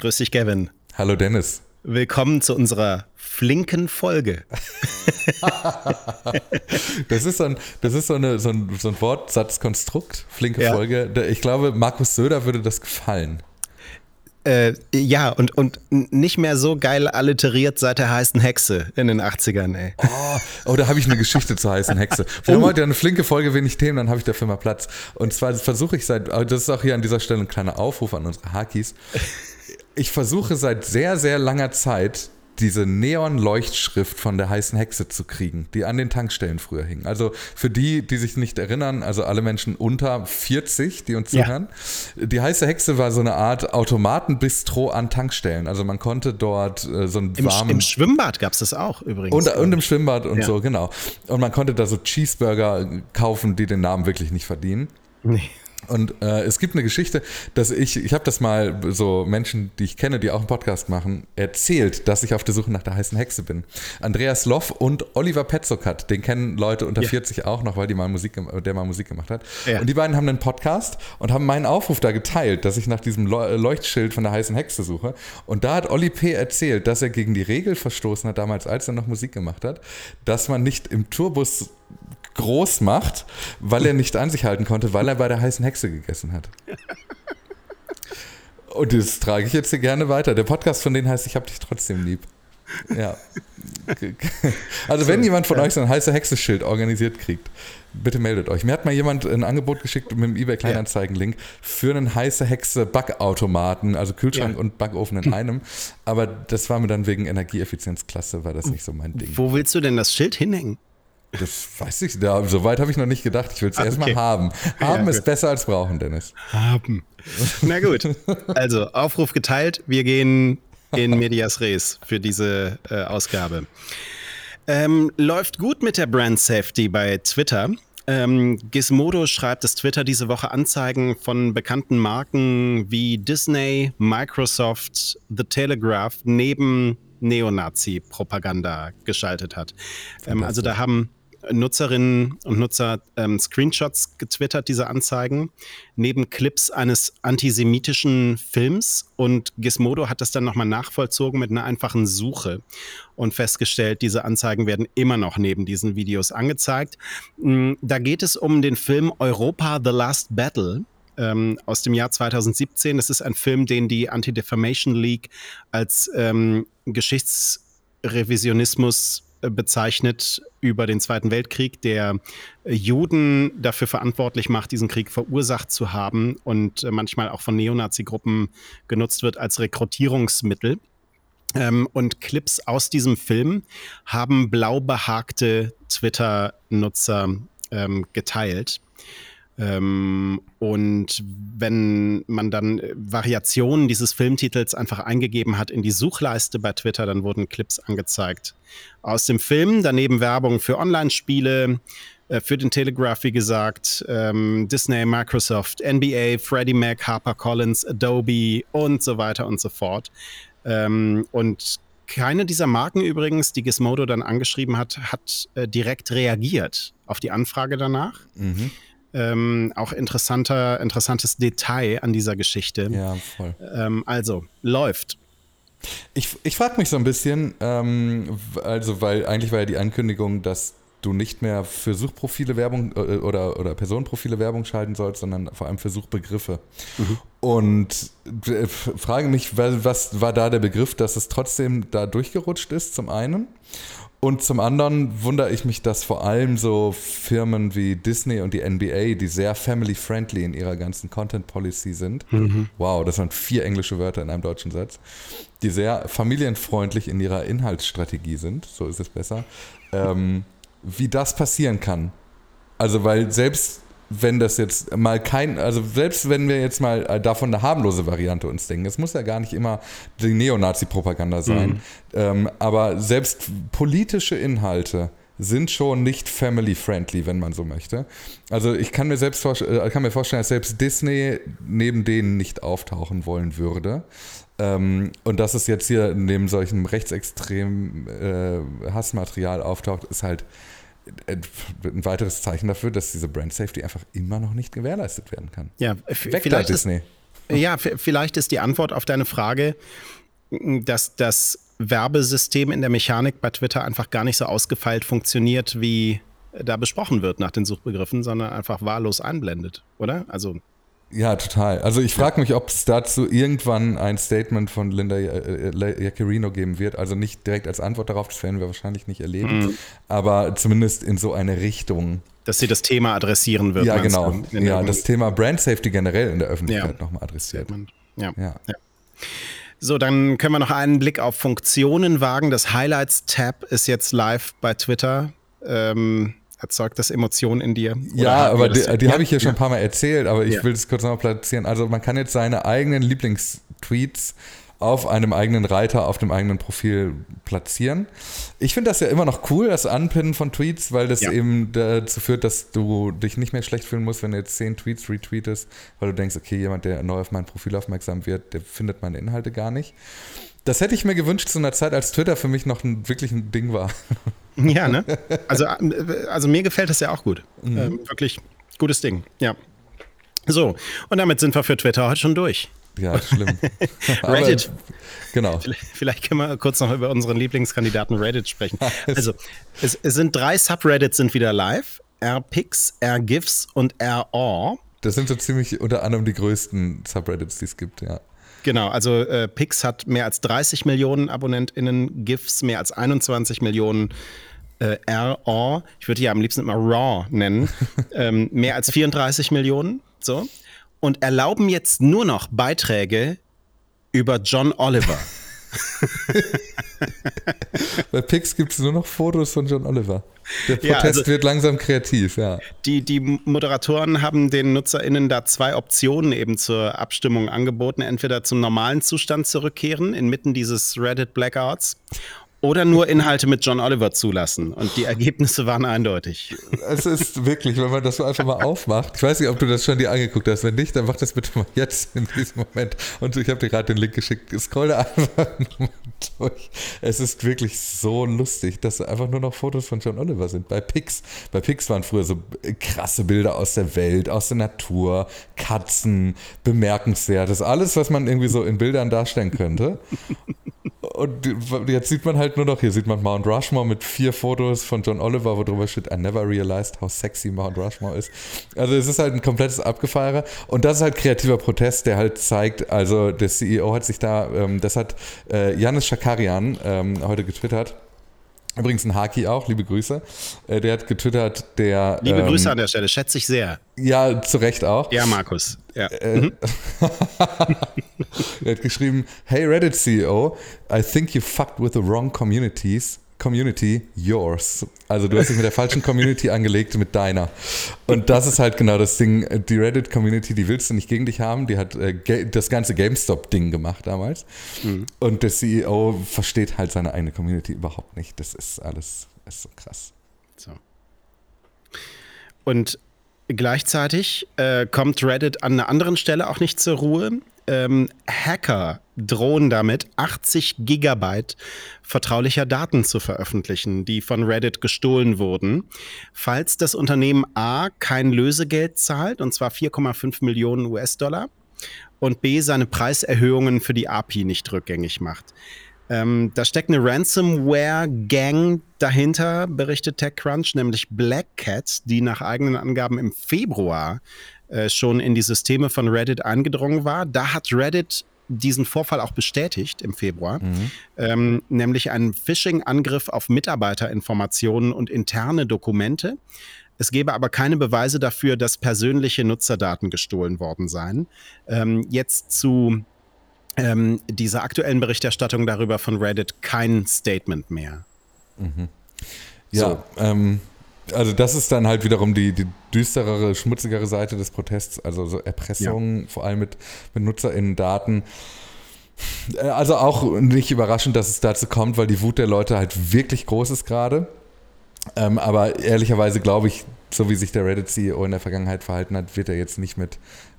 Grüß dich, Gavin. Hallo Dennis. Willkommen zu unserer flinken Folge. Das ist so ein Wortsatzkonstrukt, flinke Ja. Folge. Ich glaube, Markus Söder würde das gefallen. Ja, und nicht mehr so geil alliteriert seit der heißen Hexe in den 80ern, ey. Oh, da habe ich eine Geschichte zur heißen Hexe. Wir haben heute eine flinke Folge, wenig Themen, dann habe ich dafür mal Platz. Und zwar versuche ich das ist auch hier an dieser Stelle ein kleiner Aufruf an unsere Hakis. Ich versuche seit sehr, sehr langer Zeit, diese Neon-Leuchtschrift von der heißen Hexe zu kriegen, die an den Tankstellen früher hing. Also für die sich nicht erinnern, also alle Menschen unter 40, die uns zuhören, die heiße Hexe war so eine Art Automatenbistro an Tankstellen. Also man konnte dort so einen warmen... Im Schwimmbad gab es das auch übrigens. Und im Schwimmbad und so, genau. Und man konnte da so Cheeseburger kaufen, die den Namen wirklich nicht verdienen. Nee. Und es gibt eine Geschichte, dass ich habe das mal so Menschen, die ich kenne, die auch einen Podcast machen, erzählt, dass ich auf der Suche nach der heißen Hexe bin. Andreas Loff und Oliver Petzokat, den kennen Leute unter 40 auch noch, weil der mal Musik gemacht hat. Ja. Und die beiden haben einen Podcast und haben meinen Aufruf da geteilt, dass ich nach diesem Leuchtschild von der heißen Hexe suche. Und da hat Olli P. erzählt, dass er gegen die Regel verstoßen hat, damals, als er noch Musik gemacht hat, dass man nicht im Tourbus groß macht, weil er nicht an sich halten konnte, weil er bei der heißen Hexe gegessen hat. Und das trage ich jetzt hier gerne weiter. Der Podcast von denen heißt Ich hab dich trotzdem lieb. Ja. Also wenn jemand von euch so ein heiße Hexe-Schild organisiert kriegt, bitte meldet euch. Mir hat mal jemand ein Angebot geschickt mit dem eBay Kleinanzeigen-Link für einen heiße Hexe Backautomaten, also Kühlschrank und Backofen in einem. Aber das war mir dann wegen Energieeffizienzklasse, war das nicht so mein Ding. Wo willst du denn das Schild hinhängen? Das weiß ich, so weit habe ich noch nicht gedacht. Ich will es erstmal haben. Haben ist besser als brauchen, Dennis. Haben. Na gut. Also, Aufruf geteilt. Wir gehen in Medias Res für diese Ausgabe. Läuft gut mit der Brand Safety bei Twitter. Gizmodo schreibt, dass Twitter diese Woche Anzeigen von bekannten Marken wie Disney, Microsoft, The Telegraph neben Neonazi-Propaganda geschaltet hat. Also da haben Nutzerinnen und Nutzer Screenshots getwittert, diese Anzeigen, neben Clips eines antisemitischen Films, und Gizmodo hat das dann nochmal nachvollzogen mit einer einfachen Suche und festgestellt, diese Anzeigen werden immer noch neben diesen Videos angezeigt. Da geht es um den Film Europa The Last Battle aus dem Jahr 2017. Das ist ein Film, den die Anti-Defamation League als Geschichtsrevisionismus bezeichnet über den Zweiten Weltkrieg, der Juden dafür verantwortlich macht, diesen Krieg verursacht zu haben und manchmal auch von Neonazi-Gruppen genutzt wird als Rekrutierungsmittel. Und Clips aus diesem Film haben blau behagte Twitter-Nutzer geteilt. Und wenn man dann Variationen dieses Filmtitels einfach eingegeben hat in die Suchleiste bei Twitter, dann wurden Clips angezeigt aus dem Film, daneben Werbung für Online-Spiele, für den Telegraph, wie gesagt, Disney, Microsoft, NBA, Freddie Mac, HarperCollins, Adobe und so weiter und so fort. Und keine dieser Marken übrigens, die Gizmodo dann angeschrieben hat, hat direkt reagiert auf die Anfrage danach. Mhm. Auch interessantes Detail an dieser Geschichte. Ja, voll. Also, läuft. Ich frage mich so ein bisschen, weil eigentlich war ja die Ankündigung, dass du nicht mehr für Suchprofile Werbung oder Personenprofile Werbung schalten sollst, sondern vor allem für Suchbegriffe. Mhm. Und frage mich, was war da der Begriff, dass es trotzdem da durchgerutscht ist, zum einen? Und zum anderen wundere ich mich, dass vor allem so Firmen wie Disney und die NBA, die sehr family-friendly in ihrer ganzen Content-Policy sind, wow, das waren 4 englische Wörter in einem deutschen Satz, die sehr familienfreundlich in ihrer Inhaltsstrategie sind, so ist es besser, wie das passieren kann. Also weil selbst wenn das jetzt mal selbst wenn wir jetzt mal davon eine harmlose Variante uns denken, es muss ja gar nicht immer die Neonazi-Propaganda sein, aber selbst politische Inhalte sind schon nicht family-friendly, wenn man so möchte. Also ich kann mir vorstellen, dass selbst Disney neben denen nicht auftauchen wollen würde. Und dass es jetzt hier neben solchem rechtsextremen Hassmaterial auftaucht, ist halt ein weiteres Zeichen dafür, dass diese Brand Safety einfach immer noch nicht gewährleistet werden kann. Ja, Weg da, Disney. Ja, vielleicht ist die Antwort auf deine Frage, dass das Werbesystem in der Mechanik bei Twitter einfach gar nicht so ausgefeilt funktioniert, wie da besprochen wird nach den Suchbegriffen, sondern einfach wahllos einblendet, oder? Also Ja, total. Also ich frage mich, ob es dazu irgendwann ein Statement von Linda Yaccarino geben wird. Also nicht direkt als Antwort darauf, das werden wir wahrscheinlich nicht erleben, aber zumindest in so eine Richtung. Dass sie das Thema adressieren wird. Ja, genau. Ja, das Thema Brand Safety generell in der Öffentlichkeit nochmal adressiert. Ja. So, dann können wir noch einen Blick auf Funktionen wagen. Das Highlights-Tab ist jetzt live bei Twitter. Erzeugt das Emotionen in dir? Ja, aber die habe ich hier schon ein paar Mal erzählt, aber ich will es kurz noch platzieren. Also man kann jetzt seine eigenen Lieblingstweets auf einem eigenen Reiter, auf dem eigenen Profil platzieren. Ich finde das ja immer noch cool, das Anpinnen von Tweets, weil das eben dazu führt, dass du dich nicht mehr schlecht fühlen musst, wenn du jetzt 10 Tweets retweetest, weil du denkst, okay, jemand, der neu auf mein Profil aufmerksam wird, der findet meine Inhalte gar nicht. Das hätte ich mir gewünscht zu einer Zeit, als Twitter für mich noch wirklich ein Ding war. Ja, ne? Also mir gefällt das ja auch gut. Wirklich gutes Ding, ja. So, und damit sind wir für Twitter heute schon durch. Ja, schlimm. Reddit. Genau. Vielleicht können wir kurz noch über unseren Lieblingskandidaten Reddit sprechen. Also, es sind 3 Subreddits sind wieder live. R-Pix, R-GIFs und R-Aw. Das sind so ziemlich unter anderem die größten Subreddits, die es gibt, ja. Genau, also Pix hat mehr als 30 Millionen AbonnentInnen, GIFs mehr als 21 Millionen, R-Aw, ich würde die ja am liebsten immer Raw nennen, mehr als 34 Millionen, so. Und erlauben jetzt nur noch Beiträge über John Oliver. Bei Pix gibt es nur noch Fotos von John Oliver. Der Protest wird langsam kreativ, ja. Die Moderatoren haben den NutzerInnen da 2 Optionen eben zur Abstimmung angeboten. Entweder zum normalen Zustand zurückkehren, inmitten dieses Reddit-Blackouts, oder nur Inhalte mit John Oliver zulassen. Und die Ergebnisse waren eindeutig. Es ist wirklich, wenn man das so einfach mal aufmacht. Ich weiß nicht, ob du das schon dir angeguckt hast. Wenn nicht, dann mach das bitte mal jetzt in diesem Moment. Und ich habe dir gerade den Link geschickt. Scroll da einfach mal durch. Es ist wirklich so lustig, dass einfach nur noch Fotos von John Oliver sind. Bei Pix waren früher so krasse Bilder aus der Welt, aus der Natur, Katzen, Bemerkenswertes. Alles, was man irgendwie so in Bildern darstellen könnte. Und jetzt sieht man halt nur noch, hier sieht man Mount Rushmore mit 4 Fotos von John Oliver, wo drüber steht, I never realized how sexy Mount Rushmore ist. Also es ist halt ein komplettes Abgefeiere. Und das ist halt kreativer Protest, der halt zeigt, also der CEO hat sich da, das hat Yannis Schakarian heute getwittert. Übrigens ein Haki auch, liebe Grüße. Der hat getwittert, der... Liebe Grüße an der Stelle, schätze ich sehr. Ja, zu Recht auch. Ja, Markus. Ja. Er hat geschrieben, hey Reddit CEO, I think you fucked with the wrong community, yours. Also du hast dich mit der falschen Community angelegt, mit deiner. Und das ist halt genau das Ding, die Reddit-Community, die willst du nicht gegen dich haben, die hat das ganze GameStop-Ding gemacht damals. Und der CEO versteht halt seine eigene Community überhaupt nicht. Das ist alles, ist so krass. So. Und gleichzeitig kommt Reddit an einer anderen Stelle auch nicht zur Ruhe. Hacker drohen damit, 80 Gigabyte vertraulicher Daten zu veröffentlichen, die von Reddit gestohlen wurden. Falls das Unternehmen A kein Lösegeld zahlt, und zwar 4,5 Millionen US-Dollar, und B seine Preiserhöhungen für die API nicht rückgängig macht. Da steckt eine Ransomware-Gang dahinter, berichtet TechCrunch, nämlich Black Cat, die nach eigenen Angaben im Februar schon in die Systeme von Reddit eingedrungen war. Da hat Reddit diesen Vorfall auch bestätigt im Februar, nämlich einen Phishing-Angriff auf Mitarbeiterinformationen und interne Dokumente. Es gäbe aber keine Beweise dafür, dass persönliche Nutzerdaten gestohlen worden seien. Jetzt zu dieser aktuellen Berichterstattung darüber von Reddit kein Statement mehr. Ja, so. Also das ist dann halt wiederum die düsterere, schmutzigere Seite des Protests, also so Erpressung, vor allem mit NutzerInnen-Daten. Also auch nicht überraschend, dass es dazu kommt, weil die Wut der Leute halt wirklich groß ist gerade. Aber ehrlicherweise glaube ich, so wie sich der Reddit-CEO in der Vergangenheit verhalten hat, wird er jetzt nicht mit,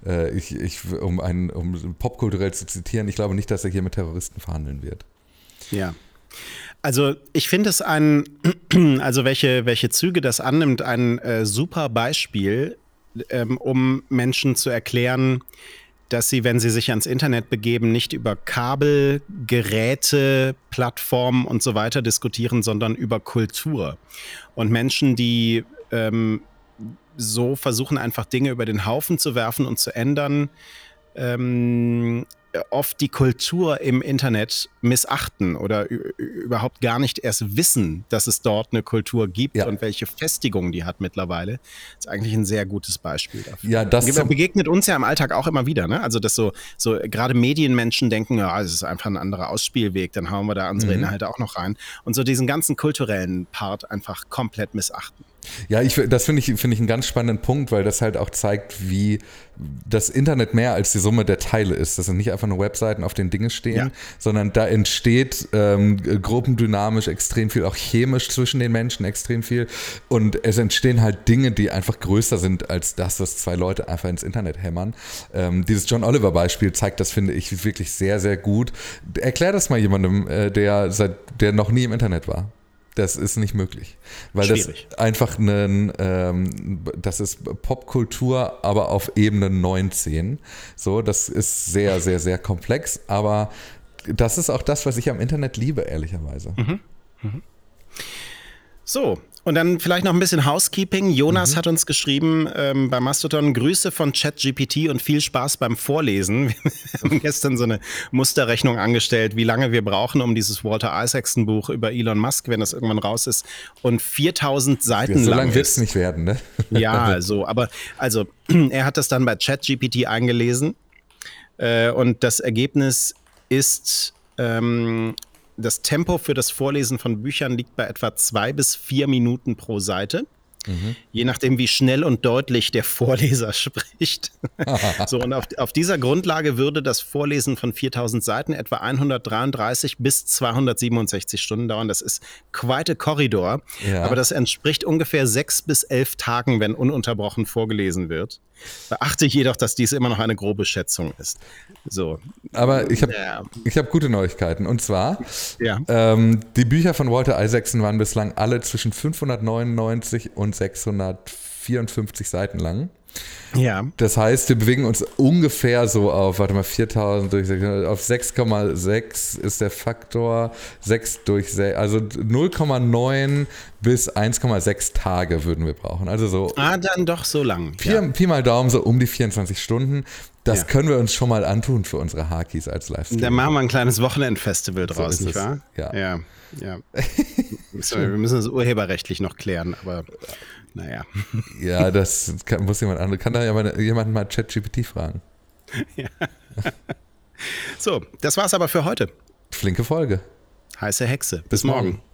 um popkulturell zu zitieren, ich glaube nicht, dass er hier mit Terroristen verhandeln wird. Ja. Also ich finde es welche Züge das annimmt, ein super Beispiel, um Menschen zu erklären, dass sie, wenn sie sich ans Internet begeben, nicht über Kabel, Geräte, Plattformen und so weiter diskutieren, sondern über Kultur. Und Menschen, die so versuchen, einfach Dinge über den Haufen zu werfen und zu ändern, oft die Kultur im Internet missachten oder überhaupt gar nicht erst wissen, dass es dort eine Kultur gibt und welche Festigung die hat mittlerweile. Das ist eigentlich ein sehr gutes Beispiel dafür. Ja, das begegnet uns ja im Alltag auch immer wieder, ne? Also, dass so gerade Medienmenschen denken, ja, es ist einfach ein anderer Ausspielweg, dann hauen wir da unsere Inhalte auch noch rein. Und so diesen ganzen kulturellen Part einfach komplett missachten. Ja, das finde ich einen ganz spannenden Punkt, weil das halt auch zeigt, wie das Internet mehr als die Summe der Teile ist. Das sind nicht einfach nur Webseiten, auf denen Dinge stehen, sondern da entsteht gruppendynamisch extrem viel, auch chemisch zwischen den Menschen extrem viel. Und es entstehen halt Dinge, die einfach größer sind als das, was zwei Leute einfach ins Internet hämmern. Dieses John Oliver-Beispiel zeigt das, finde ich, wirklich sehr, sehr gut. Erklär das mal jemandem, der noch nie im Internet war. Das ist nicht möglich, weil schwierig. Das einfach das ist Popkultur, aber auf Ebene 19. So, das ist sehr, sehr, sehr komplex, aber das ist auch das, was ich am Internet liebe, ehrlicherweise. So, und dann vielleicht noch ein bisschen Housekeeping. Jonas hat uns geschrieben bei Mastodon, Grüße von ChatGPT und viel Spaß beim Vorlesen. Wir haben gestern so eine Musterrechnung angestellt, wie lange wir brauchen, um dieses Walter Isaacson Buch über Elon Musk, wenn das irgendwann raus ist, und 4000 Seiten lang ist. So lang wird es nicht werden, ne? Ja, so, aber also er hat das dann bei ChatGPT eingelesen und das Ergebnis ist das Tempo für das Vorlesen von Büchern liegt bei etwa 2 bis 4 Minuten pro Seite. Je nachdem, wie schnell und deutlich der Vorleser spricht. So, und auf dieser Grundlage würde das Vorlesen von 4000 Seiten etwa 133 bis 267 Stunden dauern. Das ist quite a corridor. Ja. Aber das entspricht ungefähr 6 bis 11 Tagen, wenn ununterbrochen vorgelesen wird. Beachte jedoch, dass dies immer noch eine grobe Schätzung ist. So. Aber ich hab gute Neuigkeiten. Und zwar, die Bücher von Walter Isaacson waren bislang alle zwischen 599 und 654 Seiten lang. Ja. Das heißt, wir bewegen uns ungefähr so auf, 4000 durch 600, auf 6,6 ist der Faktor, 6 durch 6, also 0,9 bis 1,6 Tage würden wir brauchen. Also so. Dann doch so lang. Pi mal Daumen, so um die 24 Stunden. Das können wir uns schon mal antun für unsere Hakis als Livestream. Dann machen wir ein kleines Wochenendfestival draus, nicht wahr? Ja. Wir müssen das urheberrechtlich noch klären, aber naja. Ja, das muss jemand anderes. Kann da jemand mal ChatGPT fragen? Ja. So, das war's aber für heute. Flinke Folge. Heiße Hexe. Bis morgen.